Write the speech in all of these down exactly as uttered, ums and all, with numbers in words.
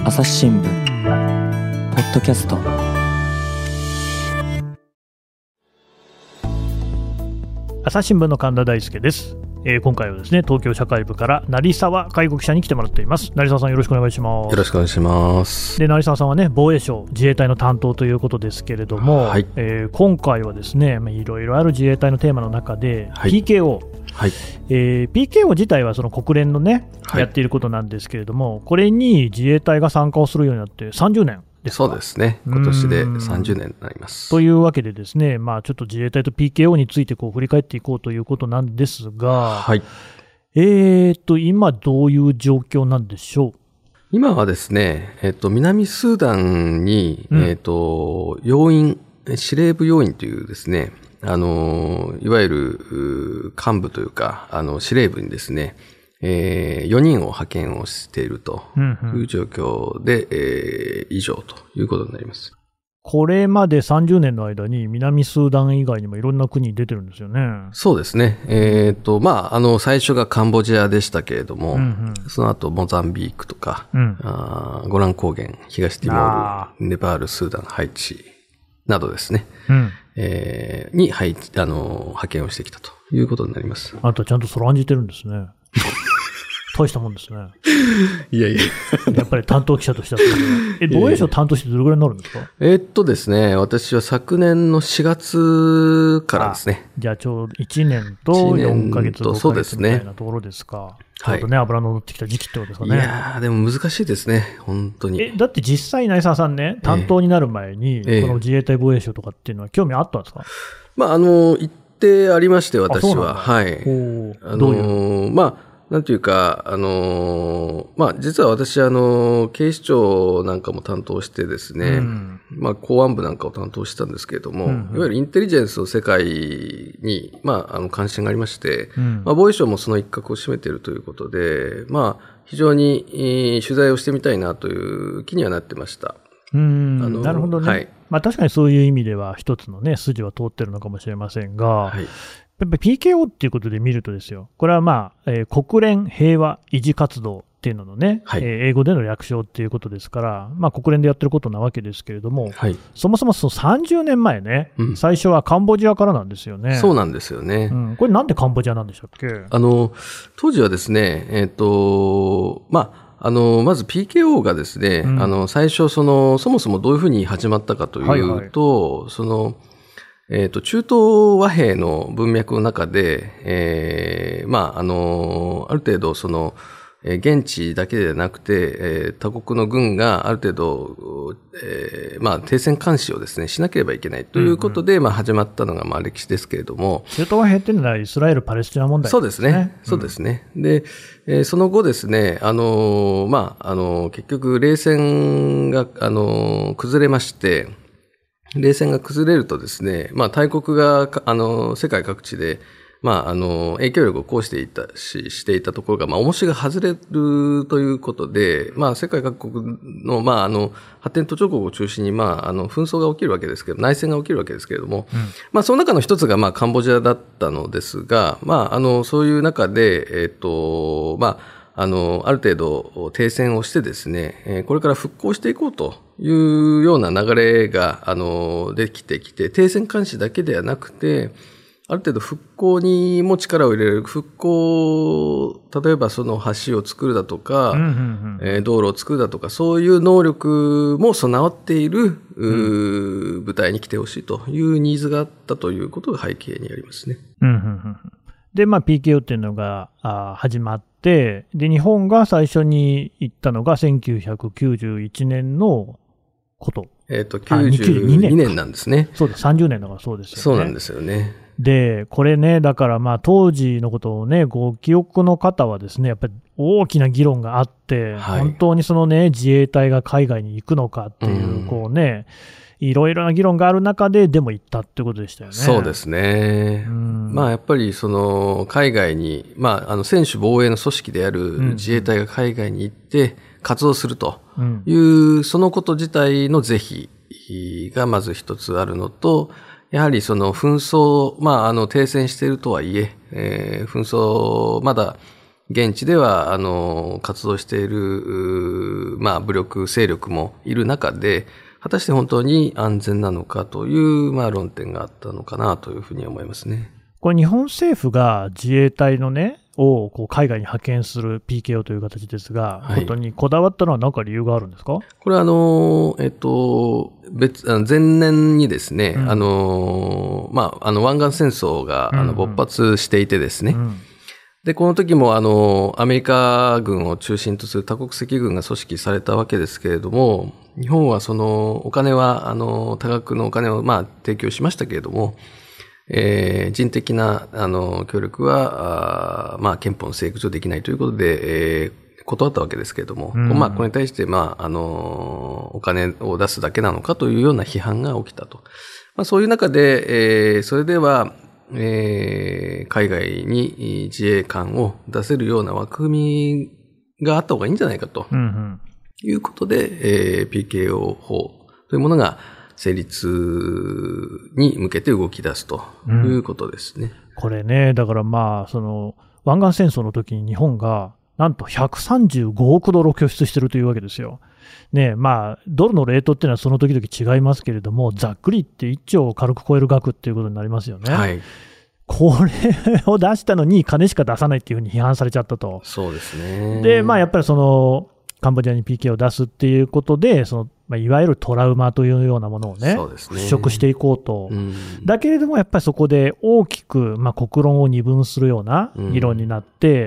朝日新聞ポッドキャスト。 朝日新聞の神田大輔です。えー、今回はですね、東京社会部から成沢介護記者に来てもらっています。成沢さん、よろしくお願いします。 よろしくお願いします。 で、成沢さんはね、防衛省自衛隊の担当ということですけれども、はい、えー、今回はですね、いろいろある自衛隊のテーマの中で、はい、ピーケーオー、はい、えー、ピーケーオー 自体はその国連のね、はい、やっていることなんですけれども、これに自衛隊が参加をするようになってさんじゅうねんですか？ そうですね、今年でさんじゅうねんになります。 というわけでですね、まあ、ちょっと自衛隊と ピーケーオー についてこう振り返っていこうということなんですが、はい、えーと今どういう状況なんでしょう？ 今はですね、えっと、南スーダンに、うん、えっと、要員、司令部要員というですね、あの、いわゆる幹部というか、あの、司令部にですね、えー、よにんを派遣をしているという状況で、うんうん、えー、以上ということになります。 これまでさんじゅうねんの間に南スーダン以外にもいろんな国に出てるんですよね。 そうですね。えっと、まあ、あの、最初がカンボジアでしたけれども、うんうん、その後モザンビークとか、うん、あゴラン高原、東ティモール、ネパール、スーダン、ハイチなどですね、うんえー、に、はい、あの、派遣をしてきたということになります。 あなたちゃんとそらんじてるんですね。大したもんですね。 いやいや。 やっぱり担当記者としてはそれは。え、防衛省担当してどれぐらいになるんですか？ えー、っとですね、私は昨年のしがつからですね。 じゃあちょうどいちねんとよんかげつ、ごかげつみたいなところですか。ちょっとね、油の乗ってきた時期ってことですかね。 いやー、でも難しいですね、本当に。 え、だって実際、成沢さんね、担当になる前に、えー、この自衛隊防衛省とかっていうのは興味あったんですか？ まあ、あの、言ってありまして、私は。 はい。 あの、まあ、なんていうか、あの、まあ、実は私、あの、警視庁なんかも担当してですね、うん、まあ、公安部なんかを担当してたんですけれども、うんうん、いわゆるインテリジェンスの世界に、まあ、あの、関心がありまして、うん、まあ、防衛省もその一角を占めているということで、まあ、非常に取材をしてみたいなという気にはなってました。 うん、あのなるほどね。はい、まあ、確かにそういう意味では一つのね、筋は通ってるのかもしれませんが、はい、やっぱり ピーケーオー っていうことで見るとですよ、これはまあ、えー、国連平和維持活動っていうののね、はい、えー、英語での略称っていうことですから、まあ、国連でやってることなわけですけれども、はい、そもそもそのさんじゅうねんまえね、うん、最初はカンボジアからなんですよね。 そうなんですよね。 うん、これなんでカンボジアなんでしたっけ？ あの、当時はですね、えっと、まあ、あの、まず ピーケーオー がですね、うん、あの、最初、その、そもそもどういうふうに始まったかというと、はいはい、その、えっと、中東和平の文脈の中で、えー、まあ、あの、ある程度、その、現地だけではなくて、えー、他国の軍がある程度、えー、まあ、停戦監視をですね、しなければいけないということで、うんうん、まあ、始まったのが、まあ、歴史ですけれども。 中東和平っていうのはイスラエル・パレスチナ問題ですね。 そうですね。そうですね。うん、で、えー、その後ですね、あの、まあ、あの、結局、冷戦が、あの、崩れまして、冷戦が崩れるとですね、まあ、大国が、あの、世界各地で、まあ、あの、影響力を行使していたし、していたところが、まあ、重しが外れるということで、まあ、世界各国の、まあ、あの、発展途上国を中心に、まあ、あの、紛争が起きるわけですけど、内戦が起きるわけですけれども、うん、まあ、その中の一つが、まあ、カンボジアだったのですが、まあ、あの、そういう中で、えっと、まあ、あの、ある程度停戦をしてですね、これから復興していこうというような流れが、あの、できてきて、停戦監視だけではなくて、ある程度復興にも力を入れる、復興、例えばその橋を作るだとか、うんうんうんえー、道路を作るだとか、そういう能力も備わっている、うん、部隊に来てほしいというニーズがあったということが背景にありますね。 うんうんうん、で、まあ ピーケーオー っていうのがあ始まって、で、日本が最初に行ったのがせんきゅうひゃくきゅうじゅういちねんのこと。 えっと、きゅうじゅうにねんなんですね。 そうだ、さんじゅうねんだからそうですよね。 そうなんですよね。 で、これね、だからまあ当時のことをね、ご記憶の方はですね、やっぱり大きな議論があって、はい、本当にそのね、自衛隊が海外に行くのかっていう、うん、こうね、いろいろな議論がある中で、でも行ったってことでしたよね。 そうですね。うん、まあやっぱりその海外に、まああの専守防衛の組織である自衛隊が海外に行って活動するという、うん、そのこと自体の是非がまず一つあるのと、やはりその紛争、まああの停戦しているとはいえ、えー、紛争まだ現地では、あの、活動している、まあ、武力勢力もいる中で、果たして本当に安全なのかという、まあ、論点があったのかなというふうに思いますね。 これ、日本政府が自衛隊のね、をこう海外に派遣する ピーケーオー という形ですが、はい、本当にこだわったのは何か理由があるんですか？ これはあの、えっと、別、前年にですね、うん、あの、まあ、あの、湾岸戦争が、あの、勃発していてですね、うんうん、で、この時もあの、アメリカ軍を中心とする多国籍軍が組織されたわけですけれども、日本はその、お金は、あの、多額のお金を、まあ、提供しましたけれども、えー、人的な、あの、協力は、あまあ、憲法の制約上できないということで、えー、断ったわけですけれども、うん、まあ、これに対して、まあ、あの、お金を出すだけなのかというような批判が起きたと。まあ、そういう中で、えー、それでは、えー、海外に自衛官を出せるような枠組みがあった方がいいんじゃないかと。うんうん、いうことで、えー、ピーケーオー 法というものが、成立に向けて動き出すということですね。 うん、これね、だからまあ、その、湾岸戦争の時に日本が、なんとひゃくさんじゅうごおくドルを拠出しているというわけですよ。ね、まあ、ドルのレートっていうのはその時々違いますけれども、ざっくりっていっちょうを軽く超える額っていうことになりますよね。はい。これを出したのに金しか出さないっていうふうに批判されちゃったと。 そうですね。 で、まあ、やっぱりその、カンボジアに ピーケー を出すっていうことで、そのまあ、いわゆるトラウマというようなものをね、そうですね、払拭していこうと、うん、だけれどもやっぱりそこで大きく、まあ、国論を二分するような議論になって、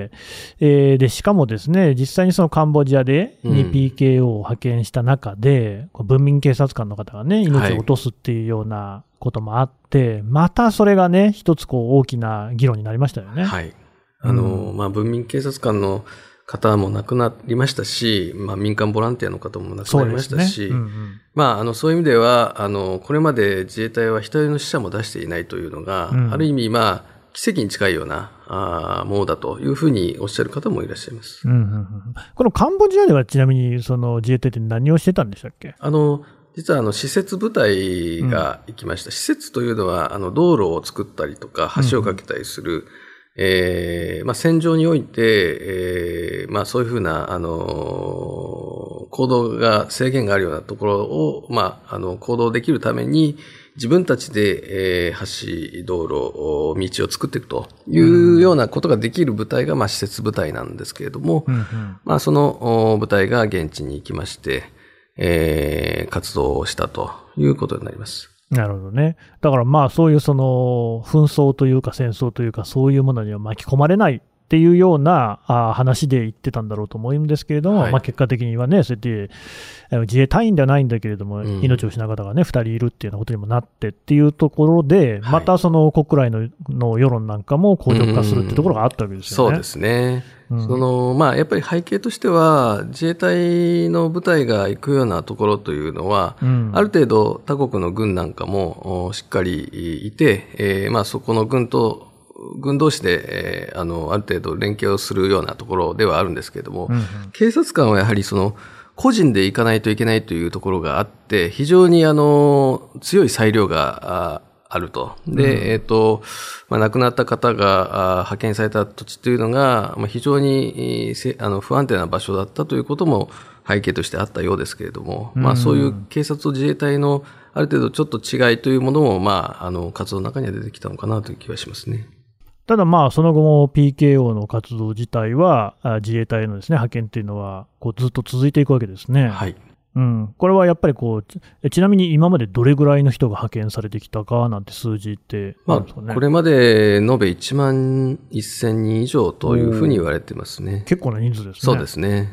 うんえー、でしかもですね、実際にそのカンボジアでに ピーケーオー を派遣した中で、うん、文民警察官の方がね、命を落とすっていうようなこともあって、はい、またそれがね、一つこう大きな議論になりましたよね。 はい。あの、うん、まあ、文民警察官の方も亡くなりましたし、まあ民間ボランティアの方も亡くなりましたし、そう、ねうんうん、まああのそういう意味では、あの、これまで自衛隊は一人の死者も出していないというのが、うん、ある意味まあ奇跡に近いようなあものだというふうにおっしゃる方もいらっしゃいます。うんうんうん、 このカンボジアではちなみにその自衛隊って何をしてたんでしたっけ？ あの、実はあの施設部隊が行きました。うん、施設というのはあの道路を作ったりとか橋を架けたりする、うんえー、まあ、戦場において、えー、まあ、そういうふうな、あのー、行動が、制限があるようなところを、まあ、あの、行動できるために、自分たちで、えー、橋、道路、道を作っていくというようなことができる部隊が、まあ、施設部隊なんですけれども、うんうん、まあ、その部隊が現地に行きまして、えー、活動をしたということになります。 なるほどね。だからまあそういうその紛争というか戦争というかそういうものには巻き込まれないっていうようなあ話で言ってたんだろうと思うんですけれども、はい、まあ結果的にはね、そうやって自衛隊員ではないんだけれども、うん、命を失う方がね、ふたりいるっていうようなことにもなってっていうところで、またその国内のの世論なんかも硬直化するっていうところがあったわけですよね。 そうですね。うん、その、まあやっぱり背景としては、自衛隊の部隊が行くようなところというのは、うん、ある程度他国の軍なんかもしっかりいて、えー、まあそこの軍と軍同士で、えー、あの、ある程度連携をするようなところではあるんですけれども、うんうん、警察官はやはりその、個人で行かないといけないというところがあって、非常にあの、強い裁量があると。で、うん、えっと、まあ、亡くなった方が派遣された土地というのが、まあ、非常にあの不安定な場所だったということも背景としてあったようですけれども、うん、まあ、そういう警察と自衛隊のある程度ちょっと違いというものも、まあ、あの、活動の中には出てきたのかなという気がしますね。 ただまあその後も ピーケーオー の活動自体は自衛隊のですね派遣というのはこうずっと続いていくわけですね。はい。うん、これはやっぱりこうちなみに今までどれぐらいの人が派遣されてきたかなんて数字ってあるんですかね。 まあ、これまで延べいちまんせんにん以上というふうに言われてますね。 結構な人数ですね。 そうですね。 うん、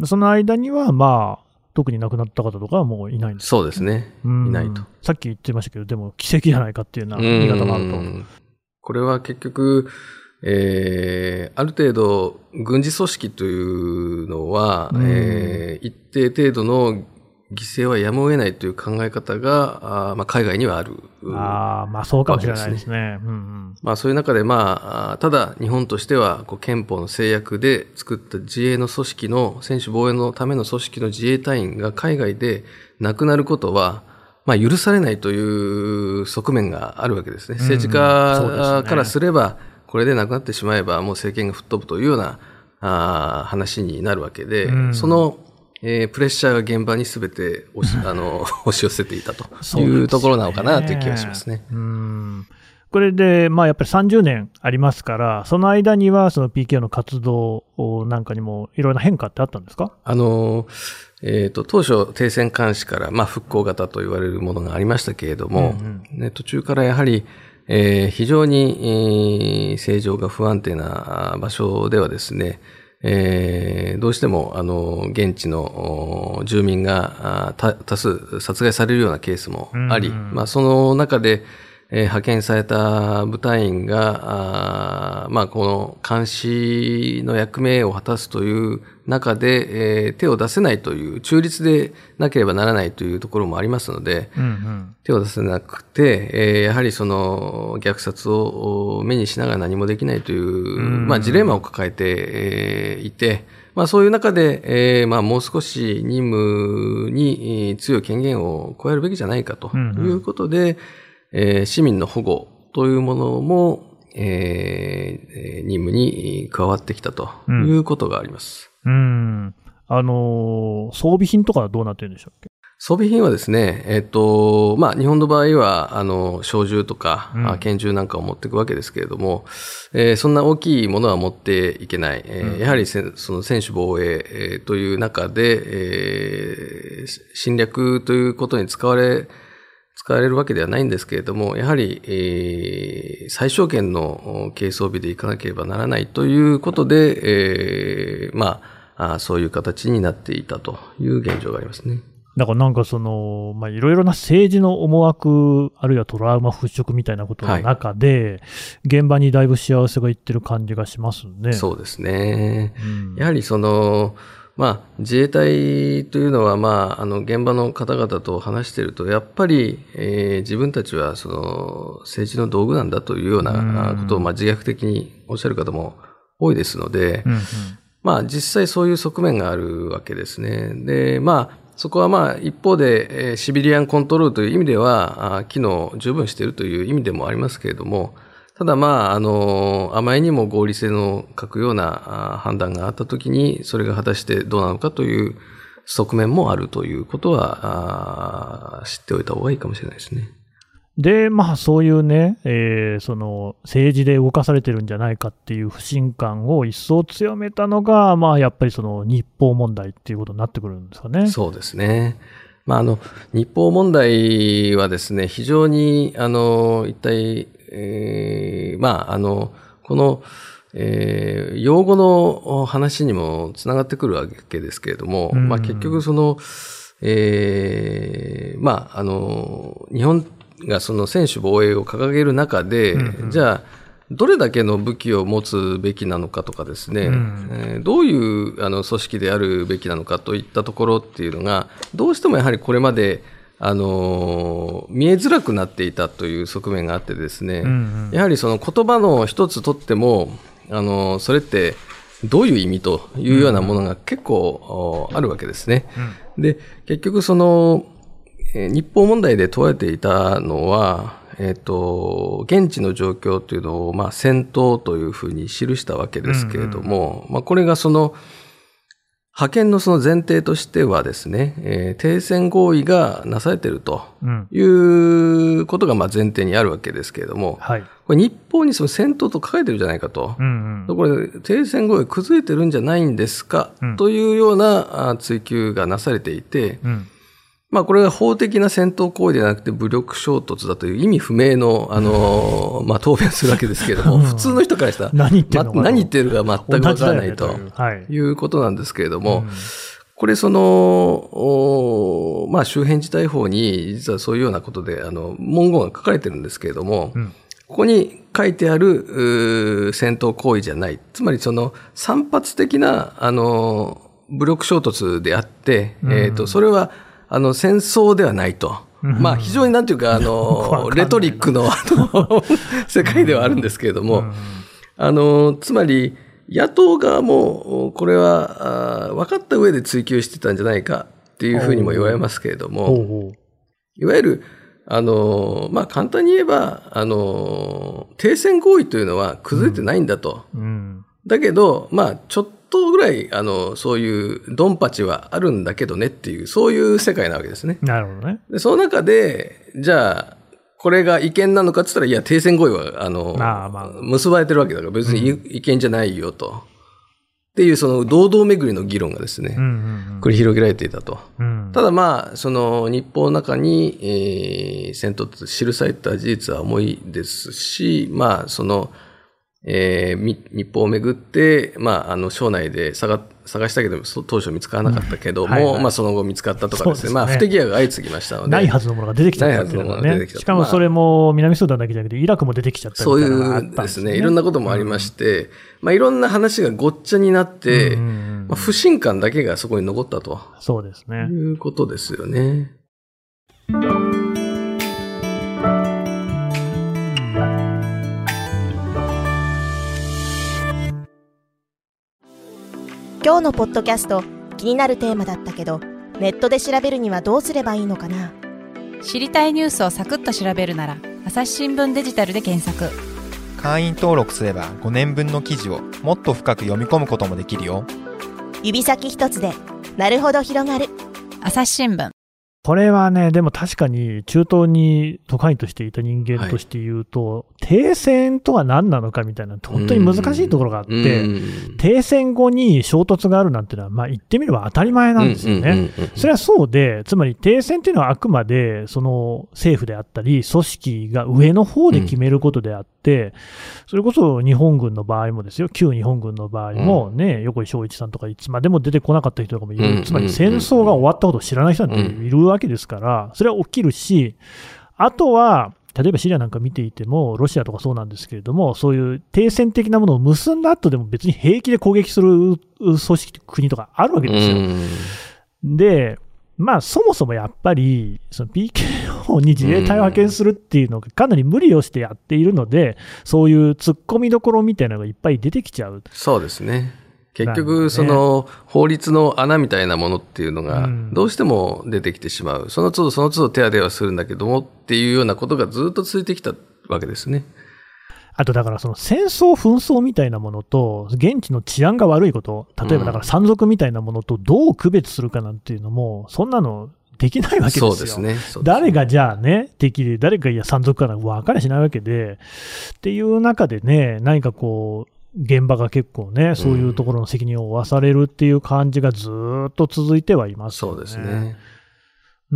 その間にはまあ特に亡くなった方とかはもういないんですか、ね、 そうですね。いないと。 さっき言ってましたけどでも奇跡じゃないかっていうような見方もあると。 これは結局えー、ある程度軍事組織というのは、うんえー、一定程度の犠牲はやむを得ないという考え方が、あまあ、海外にはある。 あまあそうかもしれないですね。うんうん、 まあそういう中でまあ、ただ日本としてはこう憲法の制約で作った自衛の組織の、専守防衛のための組織の自衛隊員が海外で亡くなることは、まあ許されないという側面があるわけですね。政治家からすれば、これで亡くなってしまえばもう政権が吹っ飛ぶというようなあ話になるわけで、 うん、 その、えー、プレッシャーが現場にすべて押し、あの押し寄せていたというところなのかなという気がしますね。 うん、これで、まあ、やっぱりさんじゅうねんありますから、その間にはその ピーケーオー の活動なんかにもいろいろな変化ってあったんですか？ あのえーと、当初停戦監視から、まあ、復興型と言われるものがありましたけれども、うんうんね、途中からやはり、えー、非常に、えー、政情が不安定な場所ではですね、えー、どうしても、あの、現地の住民が多数殺害されるようなケースもあり、うんうん、まあ、その中で、えー、派遣された部隊員が、あまあ、この監視の役目を果たすという中で、えー、手を出せないという、中立でなければならないというところもありますので、うんうん、手を出せなくて、えー、やはりその虐殺を目にしながら何もできないという、うんまあ、ジレンマを抱えて、えー、いて、まあ、そういう中で、えーまあ、もう少し任務に強い権限を加えるべきじゃないかということで、うんうんえー、市民の保護というものも、えー、任務に加わってきたということがあります。 うん。うんあのー、装備品とかはどうなってるんでしょうか？ 装備品はですね、えっと、まあ、日本の場合は、あの、小銃とか、うん、拳銃なんかを持っていくわけですけれども、えー、そんな大きいものは持っていけない。えーうん、やはりせ、その専守防衛、えー、という中で、えー、侵略ということに使われ、使われるわけではないんですけれども、やはり、えー、最小限の軽装備でいかなければならないということで、えー、まあ、そういう形になっていたという現状がありますね。 だからなんかその、まあ、いろいろな政治の思惑、あるいはトラウマ払拭みたいなことの中で、はい、現場にだいぶ幸せがいってる感じがしますね。 そうですね。うん、やはりその、まあ、自衛隊というのは、まあ、あの、現場の方々と話していると、やっぱり、えー、自分たちは、その、政治の道具なんだというようなことを、まあ、自虐的におっしゃる方も多いですので、うんうん、まあ、実際そういう側面があるわけですね。で、まあ、そこはまあ、一方で、えー、シビリアンコントロールという意味では、機能十分しているという意味でもありますけれども、ただまあ、あの、あまりにも合理性の欠くような判断があったときに、それが果たしてどうなのかという側面もあるということは、知っておいた方がいいかもしれないですね。 で、まあそういうね、えー、その政治で動かされてるんじゃないかっていう不信感を一層強めたのが、まあやっぱりその日報問題っていうことになってくるんですかね。 そうですね。まああの、日報問題はですね、非常に、あの、一体、えー、まあ、あの、この、えー、用語の話にもつながってくるわけですけれども、まあ、結局その、えー、まあ、あの、日本がその専守防衛を掲げる中で、うんうん、じゃあ、どれだけの武器を持つべきなのかとかですね、うんえー、どういうあの組織であるべきなのかといったところっていうのが、どうしてもやはりこれまであの見えづらくなっていたという側面があってですね、うんうん、やはりその言葉の一つとってもあのそれってどういう意味というようなものが結構あるわけですね。うん、で結局その日報問題で問われていたのは、えっと、現地の状況というのを、まあ、戦闘というふうに記したわけですけれども、うんうんまあ、これがその派遣のその前提としてはですね、えー、停戦合意がなされているということがまあ前提にあるわけですけれども、はい、これ日報にその戦闘と書かれているじゃないかと、うんうん、これ停戦合意崩れてるんじゃないんですか、うん、というような追及がなされていて、うんまあこれが法的な戦闘行為ではなくて武力衝突だという意味不明の、あの、まあ答弁するわけですけれども、普通の人からしたら何言ってるのか、 ま、何言ってるか全くわからないということなんですけれども、これその、まあ周辺事態法に実はそういうようなことで、あの、文言が書かれてるんですけれども、うん、ここに書いてある戦闘行為じゃない。つまりその散発的な、あの、武力衝突であって、うん、えっと、それは、あの、戦争ではないと。まあ、非常になんていうか、あの、レトリックの、あの、世界ではあるんですけれども、あの、つまり、野党側も、これは、分かった上で追及してたんじゃないかっていうふうにも言われますけれども、いわゆる、あの、まあ、簡単に言えば、あの、停戦合意というのは崩れてないんだと。だけど、まあ、ちょっとぐらい、あの、そういうドンパチはあるんだけどねっていう、そういう世界なわけですね。 なるほどね。 で、その中で、じゃあ、これが違憲なのかって言ったら、いや、停戦合意は、あの、まあまあ、結ばれてるわけだから、別に違憲じゃないよと。うん、っていう、その、堂々巡りの議論がですね、うんうんうん、繰り広げられていたと。うん、ただまあ、その、日報の中に、えー、戦闘と記された事実は重いですし、まあ、その、えー、日報をめぐって、まあ、あの、省内で探、探したけど、当初見つからなかったけども、うんはいはい、まあ、その後見つかったとかですね。すねまあ、不手際が相次ぎましたので。 ないはずのものが出てきちゃったっていうのがね。しかもそれも、南スーダンだけじゃなくて、イラクも出てきちゃったみたいなのがあったんですね。そういうですね。いろんなこともありまして、うん、まあ、いろんな話がごっちゃになって、うんうんうんまあ、不信感だけがそこに残ったと。 そうですね。 いうことですよね。 今日のポッドキャスト気になるテーマだったけどネットで調べるにはどうすればいいのかな。 知りたいニュースをサクッと調べるなら朝日新聞デジタルで検索。 会員登録すればごねんぶんの記事をもっと深く読み込むこともできるよ。 指先一つでなるほど広がる朝日新聞。 これはね、でも確かに中東に特派員としていた人間として言うと、はい、停戦とは何なのかみたいな本当に難しいところがあって、停戦後に衝突があるなんてのは、まあ言ってみれば当たり前なんですよね。それはそうで、つまり停戦っていうのはあくまでその政府であったり組織が上の方で決めることであって、うん、それこそ日本軍の場合もですよ、旧日本軍の場合もね、うん、横井正一さんとかいつまでも出てこなかった人とかもいる、うん、つまり戦争が終わったことを知らない人なんているわけですから、それは起きるし、あとは、例えばシリアなんか見ていても、ロシアとかそうなんですけれども、そういう停戦的なものを結んだ後でも別に平気で攻撃する組織、国とかあるわけですよ。で、まあそもそもやっぱり、その ピーケーオー に自衛隊を派遣するっていうのがかなり無理をしてやっているので、そういう突っ込みどころみたいなのがいっぱい出てきちゃう。 そうですね。結局、その法律の穴みたいなものっていうのがどうしても出てきてしまう。その都度その都度手当てはするんだけどもっていうようなことがずっと続いてきたわけですね。 あとだからその戦争紛争みたいなものと現地の治安が悪いこと、例えばだから山賊みたいなものとどう区別するかなんていうのも、そんなのできないわけですよ。 そうですね。そうですね。 誰がじゃあね、敵で誰がいや山賊かなんか分かりゃしないわけで、っていう中でね、何かこう、現場が結構ね、そういうところの責任を負わされるっていう感じがずっと続いてはいますよね。 そうですね。 うん、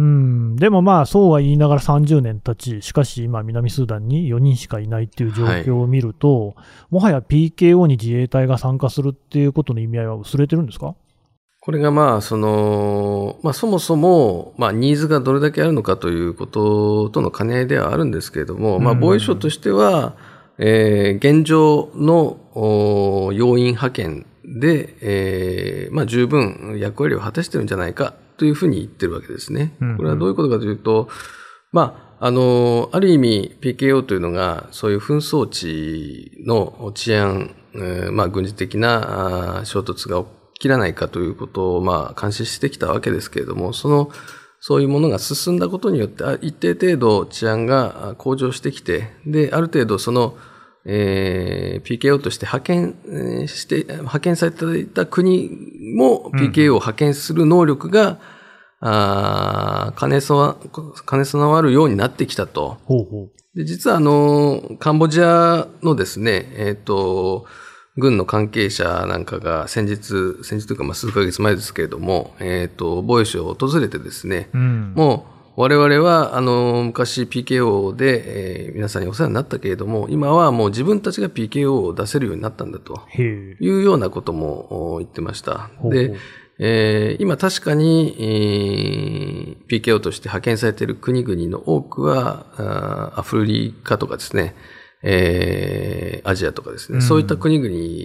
でもまあそうは言いながらさんじゅうねん経ち、しかし今南スーダンによにんしかいないっていう状況を見ると、はい、もはや ピーケーオー に自衛隊が参加するっていうことの意味合いは薄れてるんですか？ これがまあその、まあそもそも、まあニーズがどれだけあるのかということとの兼ね合いではあるんですけれども、まあ防衛省としては、えー、現状の要員派遣で、えー、まあ十分役割を果たしてるんじゃないかというふうに言ってるわけですね。これはどういうことかというと、まあ、あの、ある意味 ピーケーオー というのがそういう紛争地の治安、えー、まあ軍事的な衝突が起きらないかということをまあ監視してきたわけですけれども、そのそういうものが進んだことによって、一定程度治安が向上してきて、で、ある程度その、えー、ピーケーオー として派遣して、派遣されていた国も ピーケーオー を派遣する能力が、うん、あ兼ね備わるようになってきたと。 ほうほう。 で、実はあの、カンボジアのですね、えっと、軍の関係者なんかが先日、先日というかまあ数ヶ月前ですけれども、えっと、防衛省を訪れてですね、うん、もう我々はあの、昔 ピーケーオー で、えー、皆さんにお世話になったけれども、今はもう自分たちが ピーケーオー を出せるようになったんだというようなことも言ってました。 ほうほう。 で、えー、今確かに、えー、ピーケーオー として派遣されている国々の多くは、アフリカとかですね、えー、アジアとかですね、うん、そういった国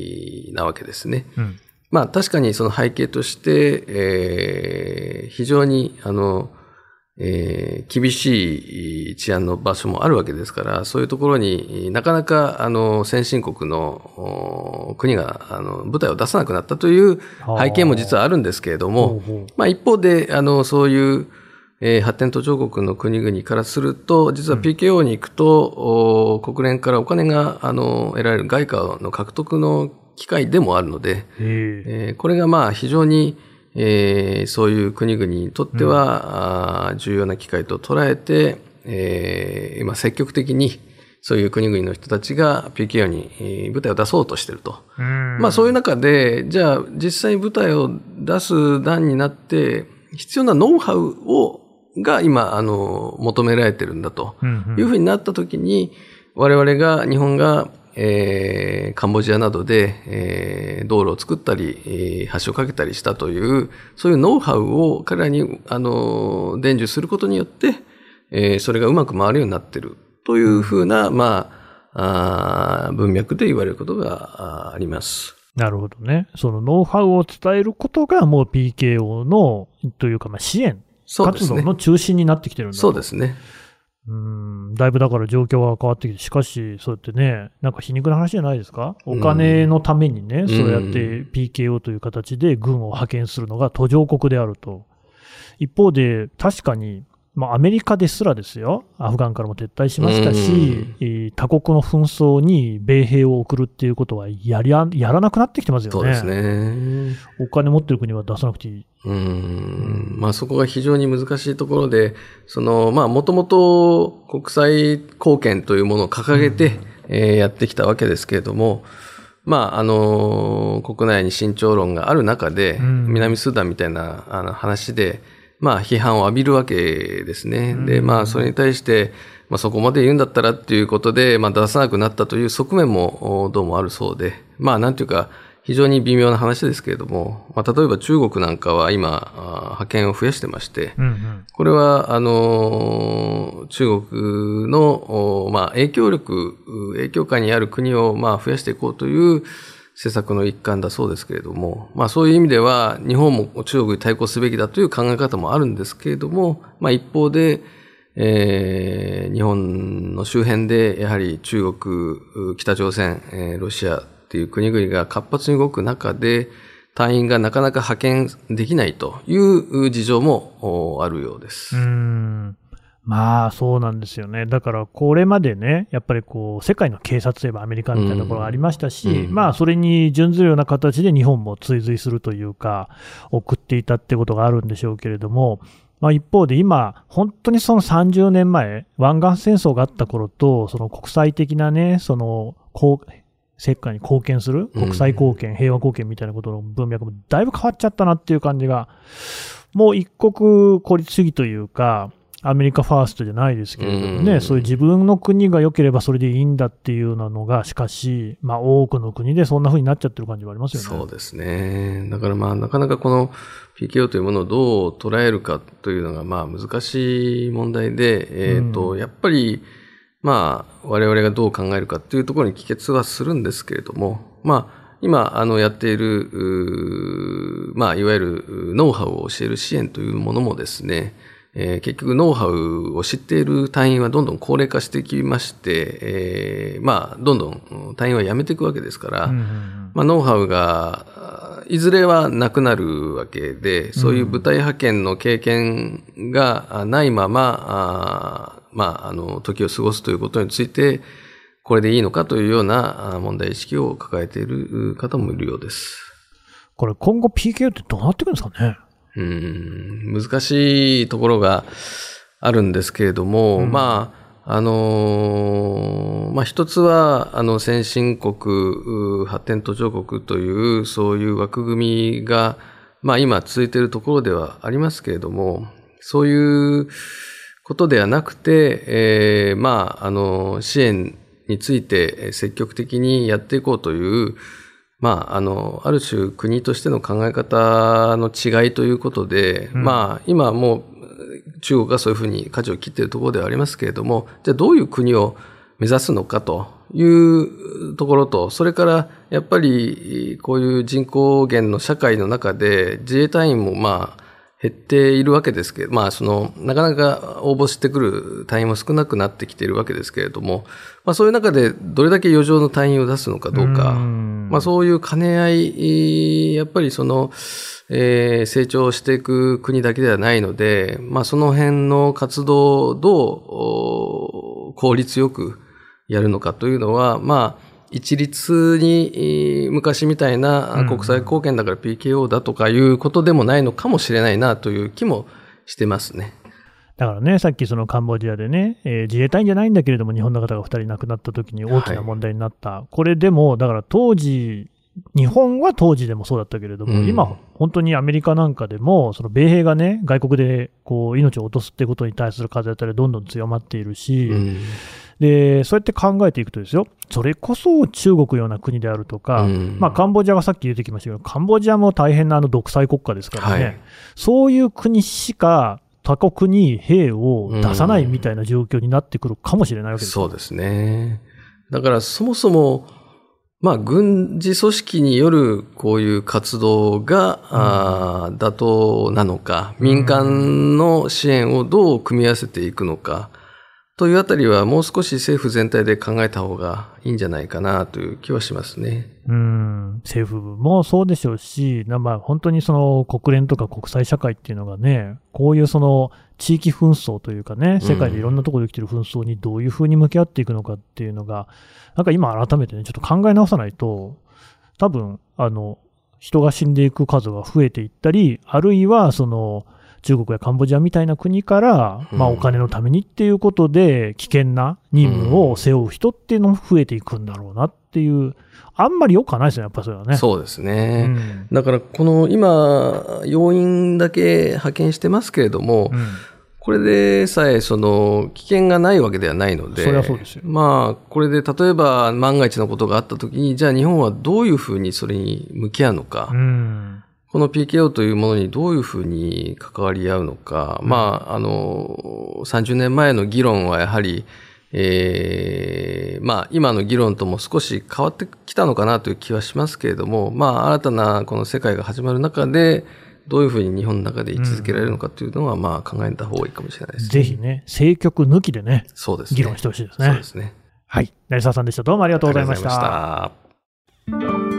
々なわけですね。うん、まあ確かにその背景として、えー、非常にあの、えー、厳しい治安の場所もあるわけですから、そういうところになかなかあの先進国の国があの部隊を出さなくなったという背景も実はあるんですけれども、まあ一方であのそういうえー、発展途上国の国々からすると、実は ピーケーオー に行くと、うん、国連からお金が、あの、得られる外貨の獲得の機会でもあるので、えー、これがまあ非常に、えー、そういう国々にとっては、うん、重要な機会と捉えて、えー、今積極的にそういう国々の人たちが ピーケーオー に部隊を出そうとしていると。まあそういう中で、じゃあ実際に部隊を出す段になって、必要なノウハウを、が今、あの、求められてるんだというふうになったときに、我々が、日本が、えー、カンボジアなどで、えー、道路を作ったり、えー、橋を架けたりしたという、そういうノウハウを彼らに、あの、伝授することによって、えー、それがうまく回るようになっている。というふうな、まあ、あ文脈で言われることがあります。 なるほどね。そのノウハウを伝えることがもう ピーケーオー のというか、まあ、支援活動の中心になってきてるんだと。 そうですね。 うーん、だいぶだから状況が変わってきて、しかしそうやってね、なんか皮肉な話じゃないですか。お金のためにね、うん、そうやって ピーケーオー という形で軍を派遣するのが途上国であると。一方で確かにまあ、アメリカですらですよ、アフガンからも撤退しましたし、他国の紛争に米兵を送るっていうことはやりや、やらなくなってきてますよね。 そうですね。 お金持ってる国は出さなくていい。 うん。まあそこが非常に難しいところで、その、まあもともと国際貢献というものを掲げて、うんえー、やってきたわけですけれども、まあ、あの、国内に慎重論がある中で、うん、南スーダンみたいなあの話で、まあ、批判を浴びるわけですね。で、まあ、それに対して、まあ、そこまで言うんだったらっていうことで、まあ、出さなくなったという側面もどうもあるそうで、まあ、なんていうか、非常に微妙な話ですけれども、まあ、例えば中国なんかは今、派遣を増やしてまして、うんうん、これは、あの、中国の、まあ、影響力、影響下にある国を、まあ、増やしていこうという政策の一環だそうですけれども、まあそういう意味では日本も中国に対抗すべきだという考え方もあるんですけれども、まあ一方で、えー、日本の周辺でやはり中国、北朝鮮、えー、ロシアっていう国々が活発に動く中で隊員がなかなか派遣できないという事情もあるようです。 うーんまあそうなんですよね。だからこれまでね、やっぱりこう世界の警察といえばアメリカみたいなところがありましたし、うん、まあそれに準ずるような形で日本も追随するというか、送っていたってことがあるんでしょうけれども、まあ一方で今、本当にそのさんじゅうねんまえ、湾岸戦争があった頃と、その国際的なね、その、世界に貢献する、国際貢献、平和貢献みたいなことの文脈もだいぶ変わっちゃったなっていう感じが、もう一国孤立主義というか、アメリカファーストじゃないですけれどもね、うん、そういう自分の国が良ければそれでいいんだっていうようなのが、しかし、まあ多くの国でそんな風になっちゃってる感じはありますよね。 そうですね。だからまあなかなかこの ピーケーオー というものをどう捉えるかというのがまあ難しい問題で、えっと、やっぱりまあ我々がどう考えるかというところに帰結はするんですけれども、まあ今、あの、やっている、まあ、いわゆるノウハウを教える支援というものもですね、えー、結局ノウハウを知っている隊員はどんどん高齢化してきまして、えー、まあ、どんどん隊員は辞めていくわけですから、うんうんうん、まあ、ノウハウが、いずれはなくなるわけで、そういう部隊派遣の経験がないまま、あまあ、あの、時を過ごすということについて、これでいいのかというような問題意識を抱えている方もいるようです。 これ今後 ピーケーオー ってどうなっていくんですかね。 うーん難しいところがあるんですけれども、うん、まああのまあ一つはあの先進国発展途上国というそういう枠組みがまあ今続いているところではありますけれども、そういうことではなくて、えー、まああの支援について積極的にやっていこうという、まあ、あの、ある種国としての考え方の違いということで、うん、まあ、今もう中国がそういうふうに舵を切っているところではありますけれども、じゃあどういう国を目指すのかというところと、それからやっぱりこういう人口減の社会の中で自衛隊員もまあ、減っているわけですけど、まあ、その、なかなか応募してくる隊員も少なくなってきているわけですけれども、まあ、そういう中でどれだけ余剰の隊員を出すのかどうか、まあ、そういう兼ね合い、やっぱりその、えー、成長していく国だけではないので、まあ、その辺の活動をどう効率よくやるのかというのは、ま一律に昔みたいな国際貢献だから ピーケーオー だとかいうことでもないのかもしれないなという気もしてますね。 だからね、さっきそのカンボジアでね、えー、自衛隊員じゃないんだけれども日本の方がふたり亡くなった時に大きな問題になった、はい、これでもだから当時日本は当時でもそうだったけれども、うん、今本当にアメリカなんかでもその米兵がね外国でこう命を落とすってことに対する風当たりはどんどん強まっているし、うん、でそうやって考えていくとですよ、それこそ中国ような国であるとか、うん、まあ、カンボジアがさっき出てきましたけど、カンボジアも大変なあの独裁国家ですからね、はい、そういう国しか他国に兵を出さないみたいな状況になってくるかもしれないわけです、 うん、そうですね。だからそもそもまあ、軍事組織によるこういう活動が、うん、あ妥当なのか、民間の支援をどう組み合わせていくのか、というあたりはもう少し政府全体で考えた方がいいんじゃないかなという気はしますね。 うん、政府もそうでしょうし、まあ、本当にその国連とか国際社会っていうのがね、こういうその地域紛争というかね、世界でいろんなところで起きている紛争にどういうふうに向き合っていくのかっていうのが、なんか今改めてね、ちょっと考え直さないと、多分、あの、人が死んでいく数が増えていったり、あるいはその、中国やカンボジアみたいな国から、まあ、お金のためにっていうことで危険な任務を背負う人っていうのも増えていくんだろうなっていう、あんまり良くはないですね、やっぱりそれはね。 そうですね。うん、だからこの今要員だけ派遣してますけれども、うん、これでさえその危険がないわけではないので、 それはそうですよ。 まあこれで例えば万が一のことがあったときに、じゃあ日本はどういうふうにそれに向き合うのか。うん、この ピーケーオー というものにどういうふうに関わり合うのか、うん、まあ、あの、さんじゅうねんまえの議論はやはり、ええー、まあ、今の議論とも少し変わってきたのかなという気はしますけれども、まあ、新たなこの世界が始まる中で、どういうふうに日本の中で位置づけられるのかというのは、まあ、考えた方がいいかもしれないですね。 ぜひね、政局抜きでね、 そうですね、 議論してほしいですね。 そうですね。 はい。成沢さんでした。どうもありがとうございました。 ありがとうございました。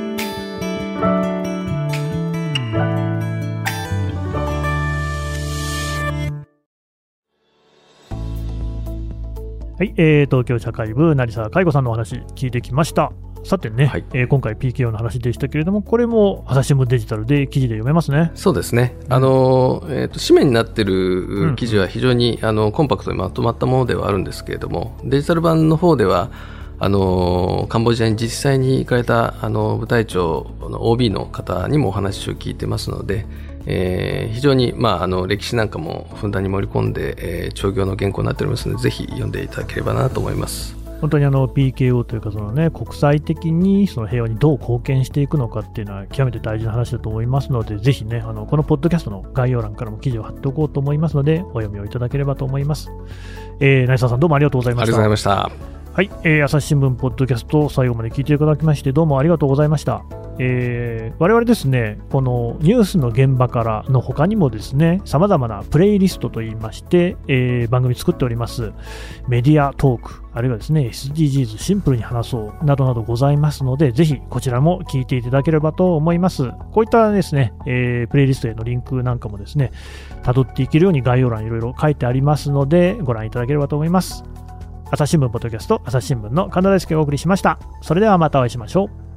はい、えー、東京社会部成沢海吾さんのお話聞いてきました。さてね、はい、えー、今回 ピーケーオー の話でしたけれども、これも朝日新聞デジタルで記事で読めますね。 そうですね。あの、えーと、紙面になっている記事は非常に、うん、あのコンパクトにまとまったものではあるんですけれども、デジタル版の方ではあのカンボジアに実際に行かれたあの部隊長の オービー の方にもお話を聞いてますので、えー、非常に、まあ、あの歴史なんかもふんだんに盛り込んで、えー、長行の原稿になっておりますので、ぜひ読んでいただければなと思います。 本当にあの ピーケーオー というかその、ね、国際的にその平和にどう貢献していくのかっていうのは極めて大事な話だと思いますので、ぜひね、あのこのポッドキャストの概要欄からも記事を貼っておこうと思いますので、お読みをいただければと思います。えー、成沢さん、どうもありがとうございました。 ありがとうございました。 はい、えー、朝日新聞ポッドキャスト最後まで聞いていただきましてどうもありがとうございました。えー、我々ですね、このニュースの現場からの他にもですね、様々なプレイリストといいまして、えー、番組作っております。メディアトーク、あるいはですね、エスディージーズ シンプルに話そうなどなどございますので、ぜひこちらも聞いていただければと思います。こういったですね、えー、プレイリストへのリンクなんかもですね、辿っていけるように概要欄いろいろ書いてありますので、ご覧いただければと思います。朝日新聞ポッドキャスト、朝日新聞の神田大輔がお送りしました。それではまたお会いしましょう。